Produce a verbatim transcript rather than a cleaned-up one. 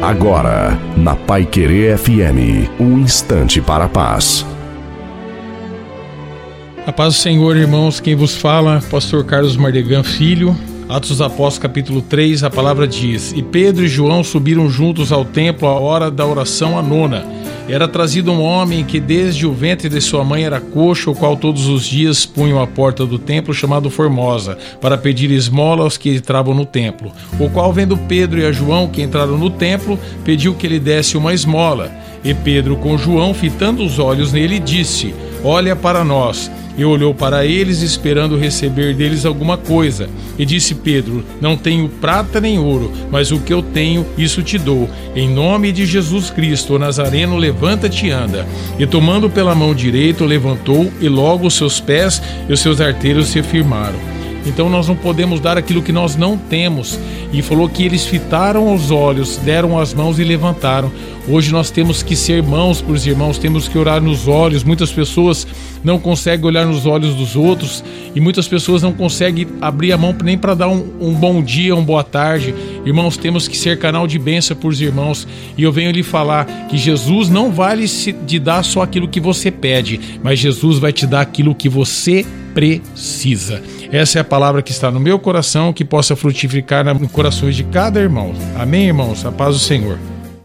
Agora, na Paiquerê F M, um instante para a paz. A paz do Senhor, irmãos, quem vos fala, pastor Carlos Mardegan Filho. Atos dos Apóstolos, capítulo três, a palavra diz: E Pedro e João subiram juntos ao templo à hora da oração a nona. Era trazido um homem que desde o ventre de sua mãe era coxo, o qual todos os dias punham à porta do templo, chamado Formosa, para pedir esmola aos que entravam no templo. O qual, vendo Pedro e a João que entraram no templo, pediu que lhe desse uma esmola. E Pedro, com João, fitando os olhos nele, disse: Olha para nós. E olhou para eles, esperando receber deles alguma coisa. E disse Pedro: Não tenho prata nem ouro, mas o que eu tenho, isso te dou. Em nome de Jesus Cristo, o Nazareno, levanta-te e anda. E tomando pela mão direita, levantou, e logo os seus pés e os seus arteiros se firmaram. Então nós não podemos dar aquilo que nós não temos. E falou que eles fitaram os olhos, deram as mãos e levantaram. Hoje nós temos que ser mãos para os irmãos, temos que orar nos olhos. Muitas pessoas não conseguem olhar nos olhos dos outros e muitas pessoas não conseguem abrir a mão nem para dar um, um bom dia, uma boa tarde. Irmãos, temos que ser canal de bênção para os irmãos. E eu venho lhe falar que Jesus não vai lhe te dar só aquilo que você pede, mas Jesus vai te dar aquilo que você precisa. Essa é a palavra que está no meu coração, que possa frutificar nos corações de cada irmão. Amém, irmãos? A paz do Senhor.